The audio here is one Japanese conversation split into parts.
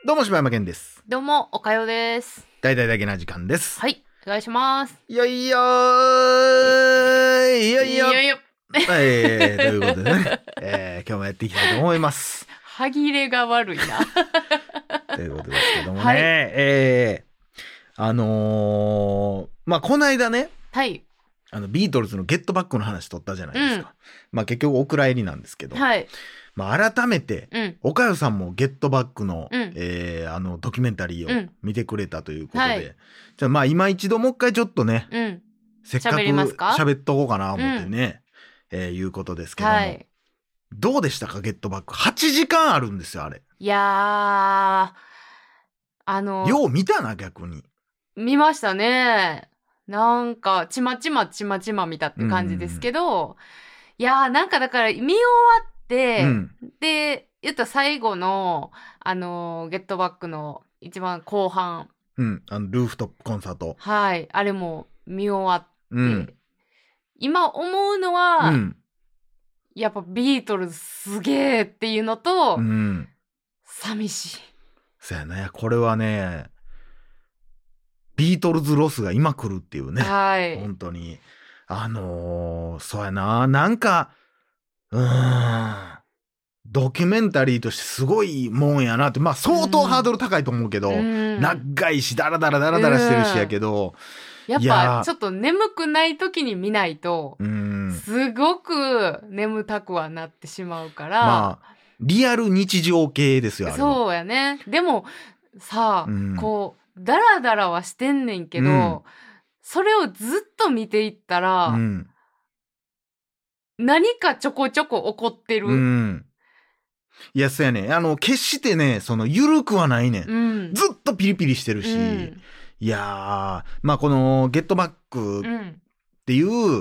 どうも柴山健です。 どうも、おかよです。 大々だけな時間です。 はい、お願いします。 いよいよーいよいよいよいよ。 ということでね、今日もやっていきたいと思います。 歯切れが悪いな。 ということですけどもね、 はいまあこの間ね、 はい。 ビートルズのゲットバックの話取ったじゃないですか。まあ結局お蔵入りなんですけど、 はい。 まあ改めて、おかよさんもゲットバックの、 うんドキュメンタリーを見てくれたということで、 はいじゃあまあ今一度もう一回ちょっとね、せっかく喋りますか？ 喋っとこうかな思ってね、いうことですけども、 はい。 どうでしたかゲットバック。8時間あるんですよあれ。 いやー、 よう見たな逆に。 見ましたね。なんか、ちまちま見たって感じですけど、いやー、なんかだから見終わって、で、言った最後の、ゲットバックの一番後半、 ルーフトップコンサート。 はい、あれも見終わって、今思うのは、やっぱビートルズすげーっていうのと、寂しい。 そうやね。これはね、ビートルズロスが今来るっていうね。 はい。 本当に。そうやな。なんか、ドキュメンタリーとしてすごいもんやなって。まあ相当ハードル高いと思うけど、長いし、ダラダラしてるしやけど、 やっぱちょっと眠くない時に見ないと、すごく眠たくはなってしまうから。 まあ、リアル日常系ですよ、あれは。 そうやね。でも、さ、こう、ダラダラはしてんねんけど、それをずっと見ていったら、何かちょこちょこ起こってる。 いや、そうやね。決してね、緩くはないねん。ずっとピリピリしてるし。いやー、まあ、この、ゲットバックっていう、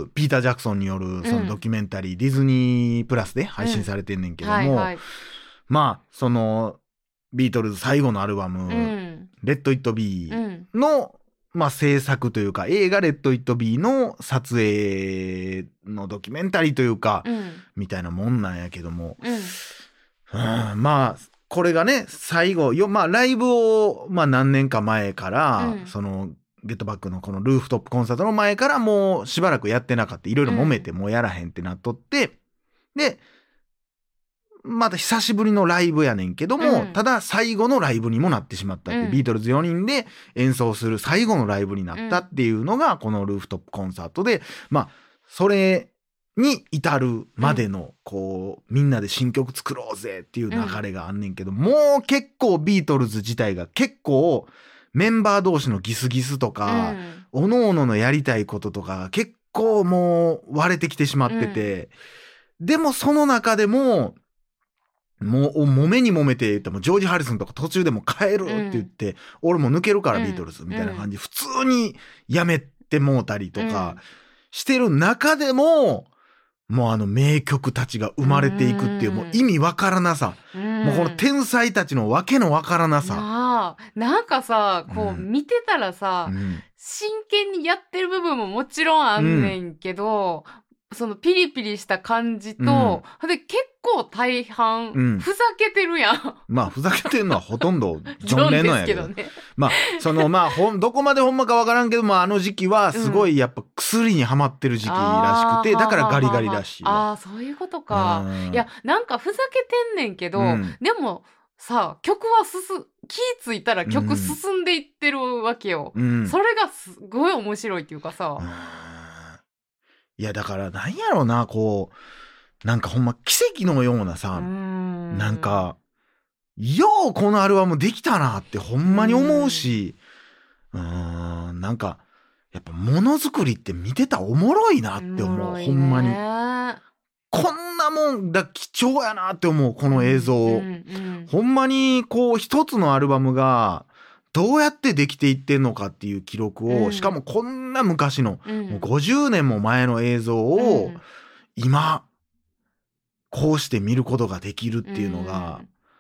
ピーター・ジャクソンによる、そのドキュメンタリー、ディズニープラスで配信されてんねんけども、まあ、ビートルズ最後のアルバム、レッド・イット・ビーの、まあ、制作というか、映画レッド・イット・ビーの撮影のドキュメンタリーというか、みたいなもんなんやけども、まあ、これがね、最後、まあ、ライブを、まあ、何年か前から、ゲットバックのこのルーフトップコンサートの前からもうしばらくやってなかった。いろいろ揉めてもうやらへんってなっとって、で、また久しぶりのライブやねんけども、ただ最後のライブにもなってしまったって、ビートルズ4人で演奏する最後のライブになったっていうのが、このルーフトップコンサートで、まあ、それに至るまでの、こう、みんなで新曲作ろうぜっていう流れがあんねんけど、もう結構ビートルズ自体が結構メンバー同士のギスギスとか、各々のやりたいこととか、結構もう割れてきてしまってて、でもその中でも、もう揉めに揉めて言ってもジョージ・ハリソンとか途中でも帰るって言って、俺も抜けるからビートルズみたいな感じで普通にやめてもうたりとかしてる中でも、もう名曲たちが生まれていくっていう、もう意味わからなさ、もうこの天才たちのわけのわからなさ、 なんかさ、こう見てたらさ、真剣にやってる部分ももちろんあんねんけど、そのピリピリした感じと、で結構大半、ふざけてるやん。 まあふざけてるのはほとんどジョン・レノンやけど、まあどこまでほんまかわからんけども、あの時期はすごいやっぱ薬にはまってる時期らしくて、だからガリガリらしいわ。 そういうことか。いや、なんかふざけてんねんけど、でもさ、曲は気ついたら曲進んでいってるわけよ。それがすごい面白いっていうかさ。 いやだからなんやろうな、こうなんかほんま奇跡のようなさ、なんかようこのアルバムできたなってほんまに思うし、なんかやっぱものづくりって見てたらおもろいなって思う、ほんまにこんなもんだ貴重やなって思う、この映像、ほんまにこう一つのアルバムがどうやってできていってんのかっていう記録を、しかもこんな昔の、もう50年も前の映像を今こうして見ることができるっていうのが、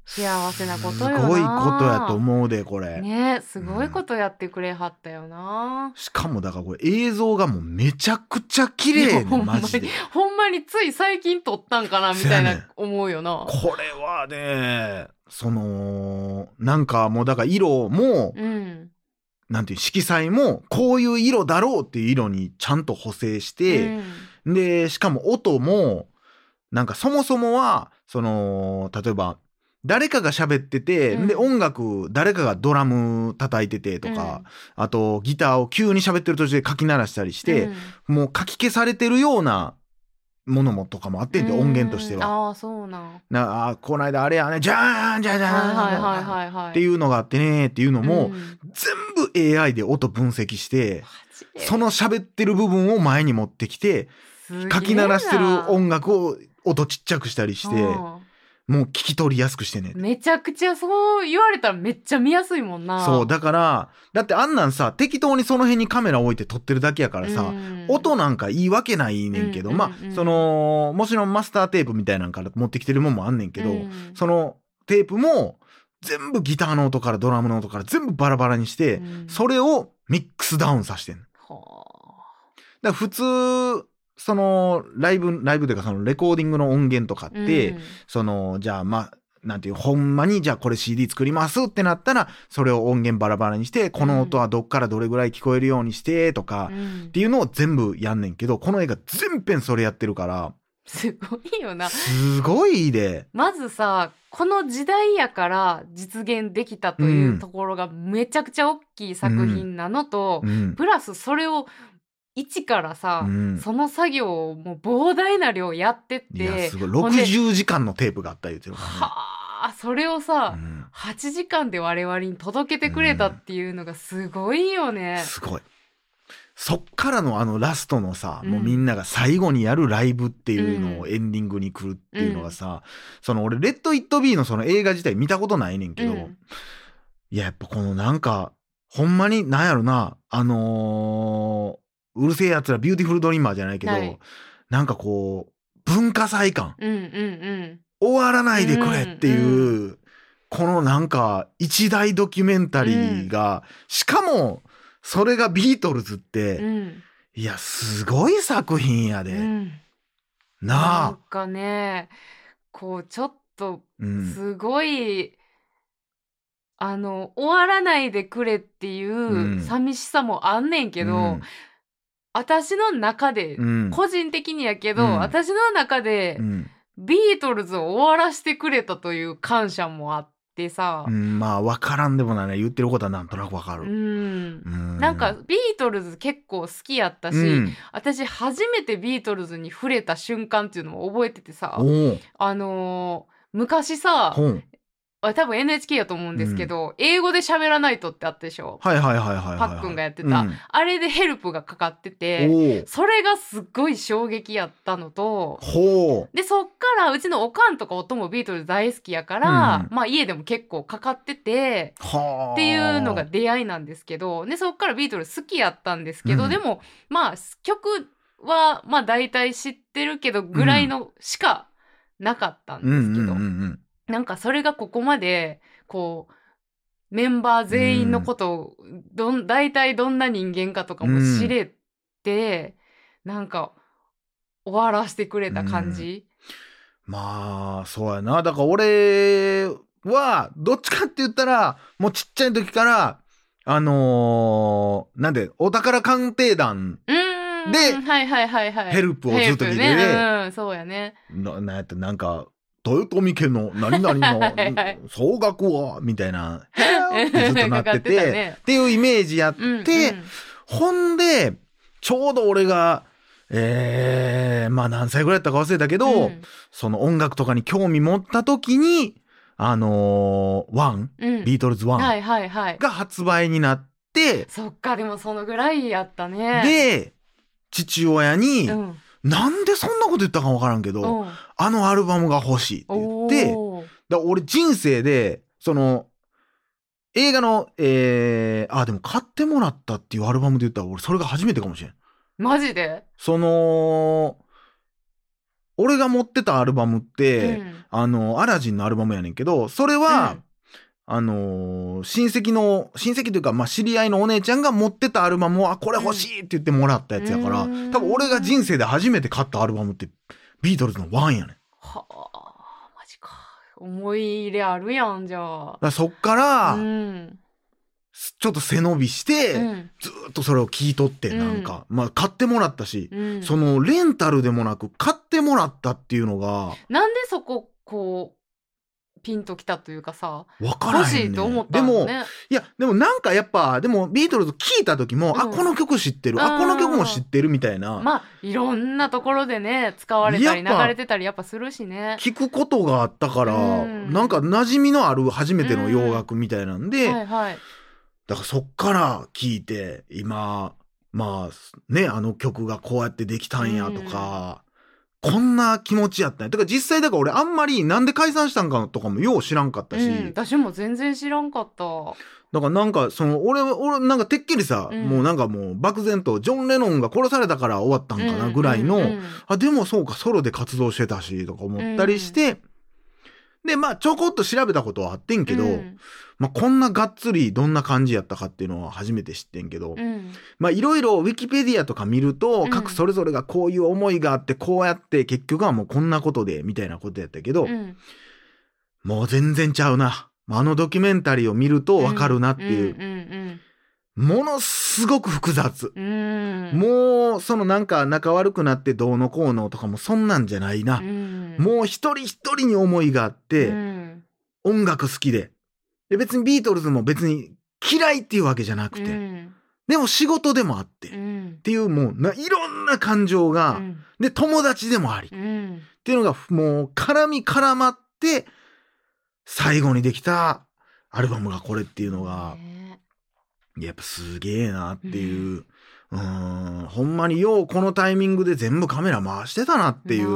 幸せなことよな。 すごいことやと思うで、これ。 ね、すごいことやってくれはったよな。 しかもだからこれ映像がもうめちゃくちゃ綺麗ね、マジで。 ほんまについ最近撮ったんかなみたいな思うよな。 これはね、なんかもうだから色も、なんていう色彩もこういう色だろうっていう色にちゃんと補正して、で、しかも音も、なんかそもそもは、例えば、誰かが喋ってて、で、音楽、誰かがドラム叩いててとか、あと、ギターを急に喋ってる途中で書き鳴らしたりして、もう書き消されてるようなものもとかもあってんで、音源としては。 ああ、そうなん。 この間あれやね、じゃーんじゃーんじゃーんっていうのがあってねっていうのも、全部 AI で音分析して、その喋ってる部分を前に持ってきて、書き鳴らしてる音楽を音ちっちゃくしたりして、もう聞き取りやすくしてね。 めちゃくちゃそう言われたらめっちゃ見やすいもんな。 そう、だから、だってあんなんさ、適当にその辺にカメラ置いて撮ってるだけやからさ、音なんかいいわけないねんけど、もちろんマスターテープみたいなんから持ってきてるもんもあんねんけど、そのテープも全部ギターの音からドラムの音から全部バラバラにして、それをミックスダウンさせてんの。だから普通、ライブというかレコーディングの音源とかって、じゃあなんていう、ほんまにじゃあこれ CD 作りますってなったら、それを音源バラバラにして、この音はどっからどれぐらい聞こえるようにしてとか、っていうのを全部やんねんけど、この映画全編それやってるから、 すごいよな。 すごいいいで。 まずさ、この時代やから実現できたというところがめちゃくちゃ大きい作品なのと、プラスそれを一からさ、その作業をもう膨大な量やってって、 いやすごい60時間のテープがあった言ってるからね。 はあ、それをさ、8時間で我々に届けてくれたっていうのがすごいよね。 すごい。そっからのラストのさ、もうみんなが最後にやるライブっていうのをエンディングに来るっていうのがさ、俺レッド・イット・ビーのその映画自体見たことないねんけど、いややっぱこのなんかほんまになんやろな、うるせえやつらビューティフルドリーマーじゃないけど、なんかこう文化祭感、終わらないでくれっていう、このなんか一大ドキュメンタリーが、しかもそれがビートルズって、いやすごい作品やで、なあ。 なんかね、こうちょっとすごい、終わらないでくれっていう寂しさもあんねんけど、私の中で、個人的にやけど、私の中で、ビートルズを終わらせてくれたという感謝もあってさ。 まあ、わからんでもないね。言ってることはなんとなくわかる。 なんか、ビートルズ結構好きやったし、私初めてビートルズに触れた瞬間っていうのも覚えててさ、昔さ、多分 NHK やと思うんですけど、英語で喋らないとってあったでしょ。パックンがやってた、あれでヘルプがかかってて、それがすっごい衝撃やったのと、でそっからうちのおかんとかおともビートルズ大好きやから、まあ家でも結構かかっててっていうのが出会いなんですけど、でそっからビートルズ好きやったんですけど、でもまあ曲はまあ大体知ってるけどぐらいのしかなかったんですけど、なんかそれがここまでこうメンバー全員のことを大体どんな人間かとかも知れて、なんか終わらせてくれた感じ、 まあそうやな。だから俺はどっちかって言ったらもうちっちゃい時からなんでお宝鑑定団でヘルプをずっと聞いてて、 そうやね。 なんか豊臣家の何々の総額はみたいなってずっとなっててっていうイメージやって、ほんでちょうど俺がまあ何歳ぐらいだったか忘れたけど、その音楽とかに興味持った時にビートルズ1が発売になって、 そっか、でもそのぐらいやったね。 で父親に、なんでそんなこと言ったか分からんけど、あのアルバムが欲しいって言って、だ俺人生でその映画のでも買ってもらったっていうアルバムで言ったら俺それが初めてかもしれん。 マジで？ 俺が持ってたアルバムっうて、 んアラジンのアルバムやねんけど、それは、親戚というか、まあ、知り合いのお姉ちゃんが持ってたアルバムを、これ欲しいって言ってもらったやつやから、多分俺が人生で初めて買ったアルバムって、ビートルズのワンやねん。 はあ、マジか。思い入れあるやん、じゃあ。 だからそっから、 うんちょっと背伸びして、ずっとそれを聞いとって、なんか、まあ、買ってもらったし、その、レンタルでもなく、買ってもらったっていうのが、 なんでそこ、こう、ピンときたというかさ、 わからへんねん。 欲しいと思ったのね。 でもなんかやっぱ、でもビートルズ聞いた時も、この曲知ってる、この曲も知ってるみたいな。 まあ、いろんなところでね、使われたり流れてたりやっぱするしね。 聞くことがあったから、なんか馴染みのある初めての洋楽みたいなんで、だからそっから聞いて、今、まあね、あの曲がこうやってできたんやとか、こんな気持ちやったんや。だから実際だから俺あんまりなんで解散したんかとかもよう知らんかったし。 私も全然知らんかった。 だからなんか俺なんかてっきりさ、もうなんかもう漠然とジョン・レノンが殺されたから終わったんかなぐらいの、でもそうかソロで活動してたしとか思ったりして、でまあちょこっと調べたことはあってんけど、まあこんながっつりどんな感じやったかっていうのは初めて知ってんけど、まあいろいろウィキペディアとか見ると、各それぞれがこういう思いがあってこうやって結局はもうこんなことでみたいなことやったけど、もう全然ちゃうな。あのドキュメンタリーを見るとわかるなっていう。ものすごく複雑。もうそのなんか仲悪くなってどうのこうのとかもそんなんじゃないな。もう一人一人に思いがあって、音楽好きで。別にビートルズも別に嫌いっていうわけじゃなくて。でも仕事でもあって。っていうもういろんな感情が、で友達でもあり。っていうのがもう絡まって、最後にできたアルバムがこれっていうのが、やっぱすげえなっていう、ほんまにようこのタイミングで全部カメラ回してたなっていう、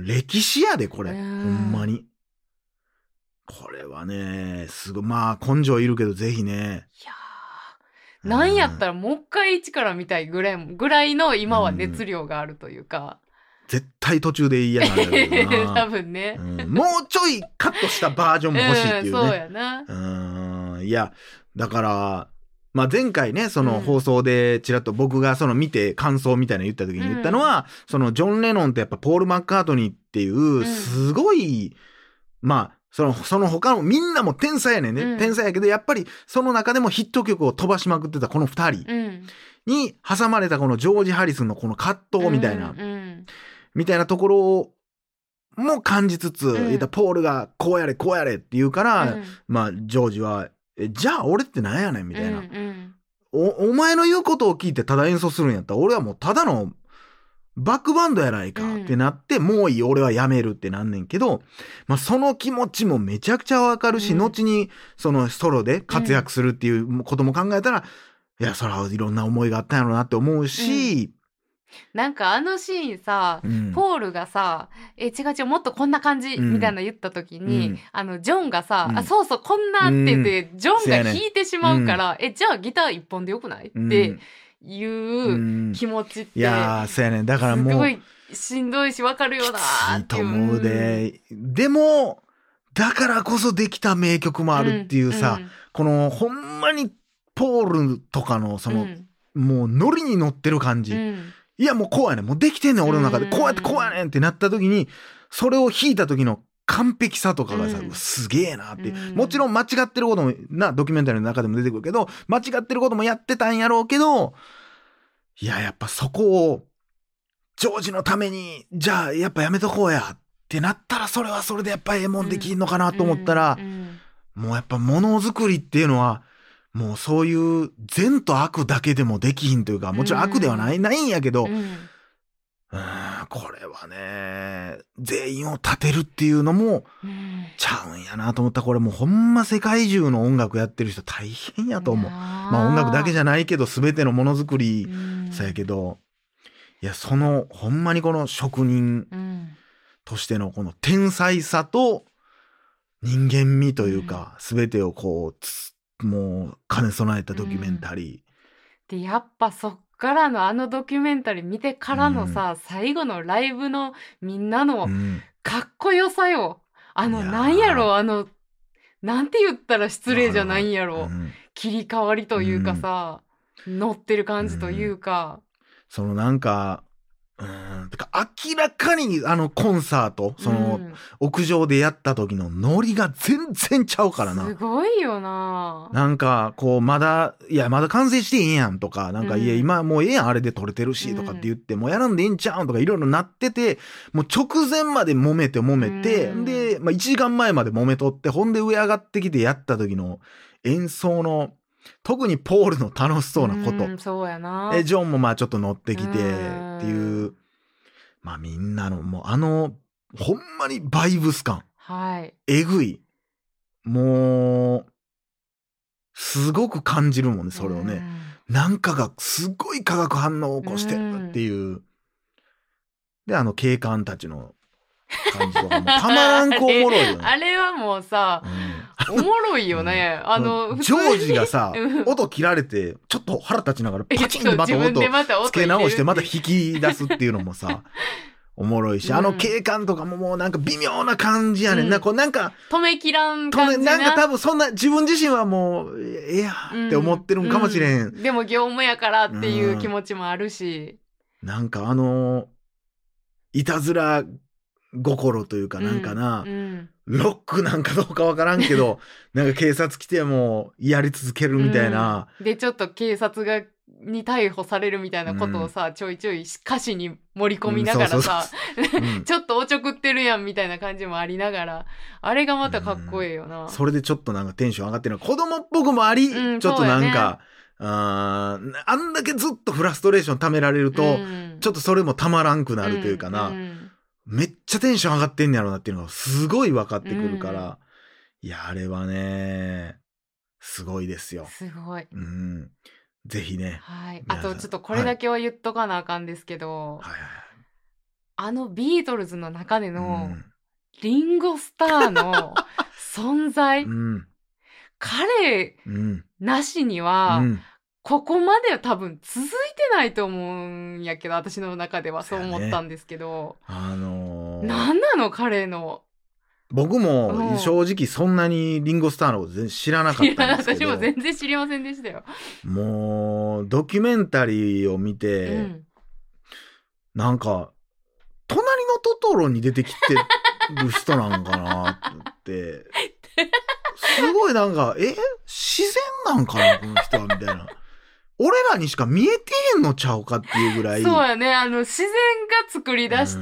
歴史やでこれ、ほんまに。これはね、すごい、まあ根性いるけどぜひね。 いやー、なんやったらもう一回一から見たいぐらいの今は熱量があるというか。 絶対途中で嫌なんだけどな。 多分ね、 もうちょいカットしたバージョンも欲しいっていうね。 そうやな。 いや、だから、まあ、前回ね、その放送でちらっと僕がその見て感想みたいなの言った時に言ったのは、そのジョン・レノンとやっぱポール・マッカートニーっていう、すごい、まあ、その他のみんなも天才やねんね。天才やけど、やっぱりその中でもヒット曲を飛ばしまくってたこの二人に挟まれたこのジョージ・ハリスンのこの葛藤みたいな、みたいなところも感じつつ、言ったポールがこうやれこうやれって言うから、まあジョージは、じゃあ俺ってなんやねんみたいな、お前の言うことを聞いてただ演奏するんやったら俺はもうただのバックバンドやないかってなって、もういい俺はやめるってなんねんけど、まあその気持ちもめちゃくちゃわかるし、後にそのソロで活躍するっていうことも考えたら、いやそらいろんな思いがあったんやろうなって思うし、 なんかあのシーンさ、ポールがさ、違うもっとこんな感じ、みたいな言った時に、ジョンがさ、そうそうこんなって言って、ジョンが弾いてしまうから、じゃあギター一本でよくないっていう気持ちって、 いやーそうやねん。だからもうすごいしんどいしわかるよなーっていう。 きついと思うで、でもだからこそできた名曲もあるっていうさ、このほんまにポールとかのその、もうノリに乗ってる感じ、いやもうこうやねん、もうできてんねん俺の中で、こうやってこうやねんってなった時に、それを弾いた時の完璧さとかがさ、すげえなって、もちろん間違ってることもな、ドキュメンタリーの中でも出てくるけど、間違ってることもやってたんやろうけど、いややっぱそこをジョージのためにじゃあやっぱやめとこうやってなったら、それはそれでやっぱええもんできんのかなと思ったら、もうやっぱものづくりっていうのはもうそういう善と悪だけでもできひんというか、もちろん悪ではないんやけど、これはね、全員を立てるっていうのもちゃうんやなと思った。これもうほんま世界中の音楽やってる人大変やと思う。まあ音楽だけじゃないけど、全てのものづくりさやけど、いやそのほんまにこの職人としてのこの天才さと人間味というか、全てをこうもう兼ね備えたドキュメンタリー。 でやっぱそっからのあのドキュメンタリー見てからのさ、最後のライブのみんなのかっこよさよ。なんやろ、なんて言ったら失礼じゃないんやろ。切り替わりというかさ、乗ってる感じというか。 そのなんか、てか明らかにコンサート、屋上でやった時のノリが全然ちゃうからな。 すごいよな。 なんか、こう、まだ完成してええやんとか、なんか、いや、今もうええやん、あれで撮れてるし、とかって言って、もうやらんでええんちゃうんとかいろいろなってて、もう直前まで揉めて、で、1時間前まで揉めとって、ほんで上上がってきてやった時の演奏の、特にポールの楽しそうなこと。 そうやな。 ジョンもちょっと乗ってきてっていう、みんなのもうほんまにバイブス感。 はい。 えぐい。もう、すごく感じるもんね、それをね。なんかがすごい化学反応を起こしてるっていう。で、警官たちの感じとかもたまらんこおもろいよね。 あれはもうさ、おもろいよね。 ジョージがさ、音切られて、ちょっと腹立ちながらパチンってまた音つけ直してまた弾き出すっていうのもさ、おもろいし、警官とかももうなんか微妙な感じやねんな。なんか、 止めきらん感じなんか多分そんな、自分自身はもう、ええやって思ってるんかもしれん。 でも業務やからっていう気持ちもあるし。 なんかいたずら心というかなんかな、ロックなんかどうかわからんけど、なんか警察来てもやり続けるみたいな。 で、ちょっと警察に逮捕されるみたいなことをさ、ちょいちょい歌詞に盛り込みながらさ、ちょっとおちょくってるやんみたいな感じもありながら、あれがまたかっこええよな。 それでちょっとなんかテンション上がってるの子供っぽくもあり、ちょっとなんか、あんだけずっとフラストレーション溜められると、ちょっとそれもたまらんくなるというかな、めっちゃテンション上がってんねやろなっていうのがすごい分かってくるから、いや、あれはね、すごいですよ。 すごい。 ぜひね。 はい。あとちょっとこれだけは言っとかなあかんですけど、ビートルズの中でのリンゴスターの存在、彼なしには、ここまでは多分続いてないと思うんやけど、私の中ではそう思ったんですけど、なんなの彼の。 僕も正直そんなにリンゴスターのこと全然知らなかったんですけど。 私も全然知りませんでしたよ。 もう、ドキュメンタリーを見て、なんか、隣のトトロに出てきてる人なんかなって。すごいなんか、自然なんかなこの人はみたいな。俺らにしか見えてへんのちゃうかっていうぐらい。 そうやね。自然が作り出した、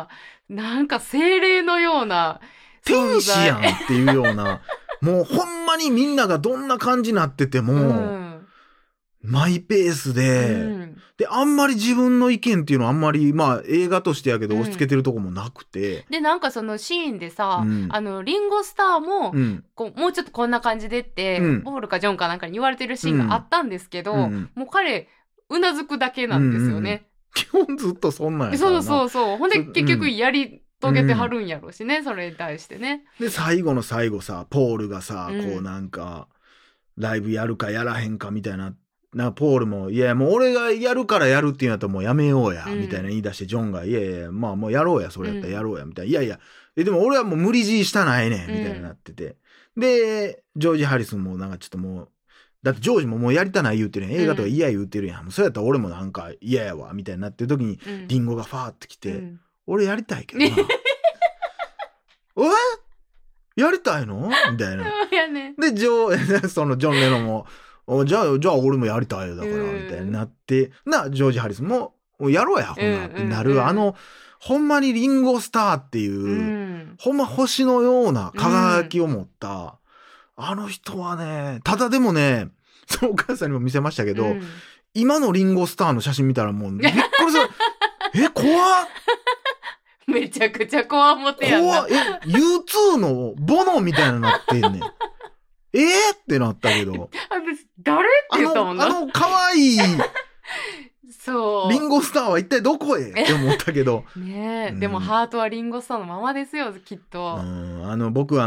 なんか精霊のような、 天使やんっていうような、もうほんまにみんながどんな感じになってても、マイペースで、で、あんまり自分の意見っていうのはあんまり、映画としてやけど押し付けてるとこもなくて。 で、なんかそのシーンでさ、リンゴスターも、もうちょっとこんな感じでって、ボールかジョンかなんかに言われてるシーンがあったんですけど、もう彼、うなずくだけなんですよね。 基本ずっとそんなんやからな。 そう。ほんで結局やり遂げてはるんやろうしね、それに対してね。 で、最後の最後さ、ポールがさ、こうなんか、ライブやるかやらへんかみたいな、ポールも、いや、もう俺がやるからやるっていうんやったらもうやめようや、みたいな言い出して、ジョンが、いやいや、もうやろうや、それやったらやろうや、みたいな。いやいや、でも俺はもう無理強いしたないねん、みたいになってて。で、ジョージ・ハリスンもなんかちょっともう、だってジョージももうやりたない言うてるやん。映画とか嫌言うてるやん。そうやったら俺もなんか嫌やわ、みたいになってる時に、リンゴがファーってきて、俺やりたいけどな。やりたいのみたいな。で、そのジョン・レノンも、じゃあ俺もやりたいよだから、みたいになって、ジョージ・ハリスも、やろうや、ほんなってなる。ほんまにリンゴスターっていう、ほんま星のような輝きを持った、あの人はね、ただでもね、そのお母さんにも見せましたけど、今のリンゴスターの写真見たらもうびっくりする。怖っめちゃくちゃ怖もてやんな。 U2 のボノみたいななってんねん。ってなったけど。 誰って言ったもんな。 可愛いそう。 リンゴスターは一体どこへって思ったけど。 ねえ、でもハートはリンゴスターのままですよ、きっと。 僕ポ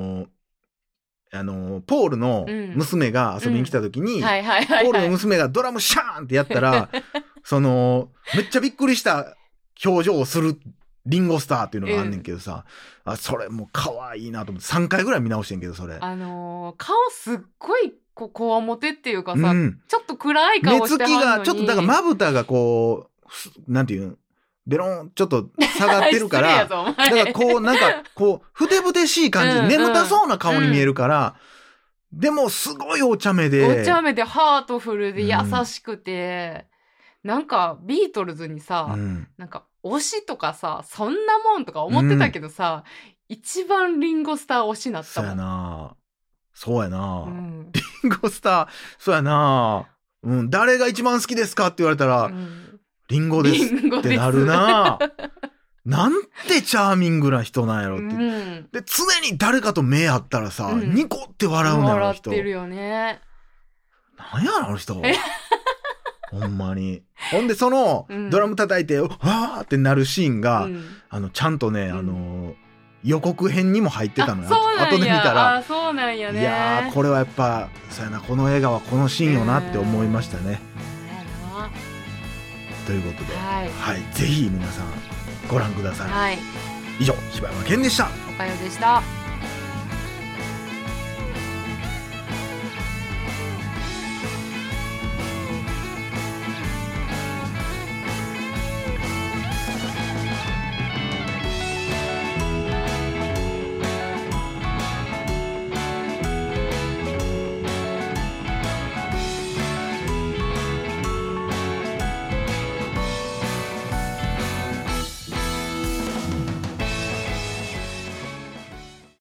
ールの娘が遊びに来た時に、ポールの娘がドラムシャーンってやったら、 めっちゃびっくりした表情をするリンゴスターっていうのがあんねんけどさ、それもう可愛いなと思って3回ぐらい見直してんけど、それ。 顔すっごいこわもてっていうかさ、ちょっと暗い顔してはんのに。 目つきがちょっとだからまぶたがこう、なんていうの、ベロンちょっと下がってるからだからこうなんかこうふてぶてしい感じで眠たそうな顔に見えるから、でもすごいお茶目でハートフルで優しくて、なんかビートルズにさ、なんか推しとかさそんなもんとか思ってたけどさ、一番リンゴスター推しなったもん。 そうやな、リンゴスターそうやな、誰が一番好きですかって言われたら、リンゴですってなるな。なんてチャーミングな人なんやろって。で、常に誰かと目合ったらさ、ニコって笑うねん、あの人。 笑ってるよね。 なんやあの人。ほんまに。ほんで、その、ドラム叩いて、わーってなるシーンが、ちゃんとね、予告編にも入ってたのよ。後で見たら。 そうなんやね。 いやー、これはやっぱ、そうやな、この映画はこのシーンよなって思いましたね。ということで、ぜひ皆さんご覧ください。以上、柴山健でした。 おかよでした。